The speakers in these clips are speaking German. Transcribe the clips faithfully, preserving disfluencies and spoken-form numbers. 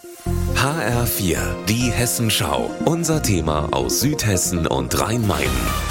H R vier, die Hessenschau. Unser Thema aus Südhessen und Rhein-Main.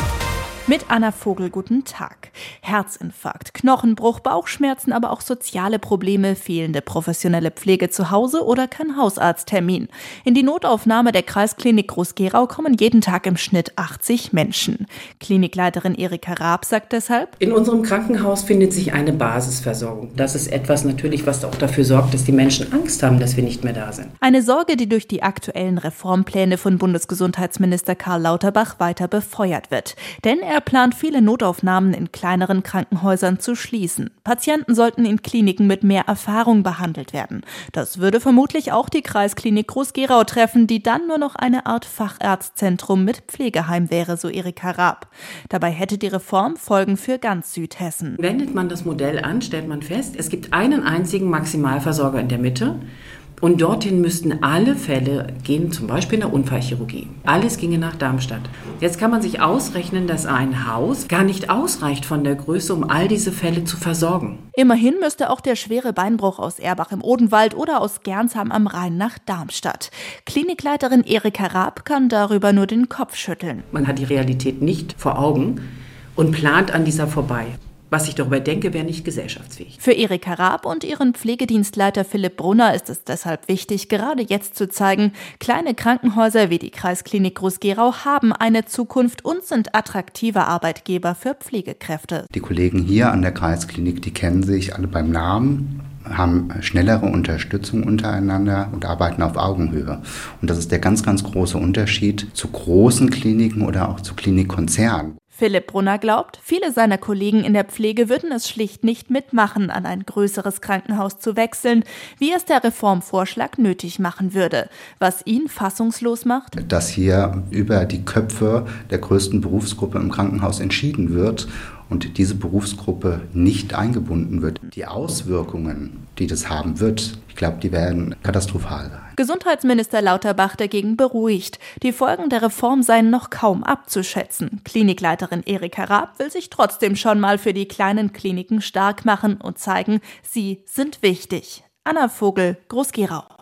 Mit Anna Vogel, guten Tag. Herzinfarkt, Knochenbruch, Bauchschmerzen, aber auch soziale Probleme, fehlende professionelle Pflege zu Hause oder kein Hausarzttermin. In die Notaufnahme der Kreisklinik Groß-Gerau kommen jeden Tag im Schnitt achtzig Menschen. Klinikleiterin Erika Raab sagt deshalb: In unserem Krankenhaus findet sich eine Basisversorgung. Das ist etwas natürlich, was auch dafür sorgt, dass die Menschen Angst haben, dass wir nicht mehr da sind. Eine Sorge, die durch die aktuellen Reformpläne von Bundesgesundheitsminister Karl Lauterbach weiter befeuert wird. Denn er plant, viele Notaufnahmen in kleineren Krankenhäusern zu schließen. Patienten sollten in Kliniken mit mehr Erfahrung behandelt werden. Das würde vermutlich auch die Kreisklinik Groß-Gerau treffen, die dann nur noch eine Art Facharztzentrum mit Pflegeheim wäre, so Erika Raab. Dabei hätte die Reform Folgen für ganz Südhessen. Wendet man das Modell an, stellt man fest, es gibt einen einzigen Maximalversorger in der Mitte. Und dorthin müssten alle Fälle gehen, zum Beispiel in der Unfallchirurgie. Alles ginge nach Darmstadt. Jetzt kann man sich ausrechnen, dass ein Haus gar nicht ausreicht von der Größe, um all diese Fälle zu versorgen. Immerhin müsste auch der schwere Beinbruch aus Erbach im Odenwald oder aus Gernsheim am Rhein nach Darmstadt. Klinikleiterin Erika Raab kann darüber nur den Kopf schütteln. Man hat die Realität nicht vor Augen und plant an dieser vorbei. Was ich darüber denke, wäre nicht gesellschaftsfähig. Für Erika Raab und ihren Pflegedienstleiter Philipp Brunner ist es deshalb wichtig, gerade jetzt zu zeigen, kleine Krankenhäuser wie die Kreisklinik Groß-Gerau haben eine Zukunft und sind attraktive Arbeitgeber für Pflegekräfte. Die Kollegen hier an der Kreisklinik, die kennen sich alle beim Namen, haben schnellere Unterstützung untereinander und arbeiten auf Augenhöhe. Und das ist der ganz, ganz große Unterschied zu großen Kliniken oder auch zu Klinikkonzernen. Philipp Brunner glaubt, viele seiner Kollegen in der Pflege würden es schlicht nicht mitmachen, an ein größeres Krankenhaus zu wechseln, wie es der Reformvorschlag nötig machen würde. Was ihn fassungslos macht: Dass hier über die Köpfe der größten Berufsgruppe im Krankenhaus entschieden wird und diese Berufsgruppe nicht eingebunden wird. Die Auswirkungen, die das haben wird, ich glaube, die werden katastrophal sein. Gesundheitsminister Lauterbach dagegen beruhigt. Die Folgen der Reform seien noch kaum abzuschätzen. Klinikleiterin Erika Raab will sich trotzdem schon mal für die kleinen Kliniken stark machen und zeigen, sie sind wichtig. Anna Vogel, Groß-Gerau.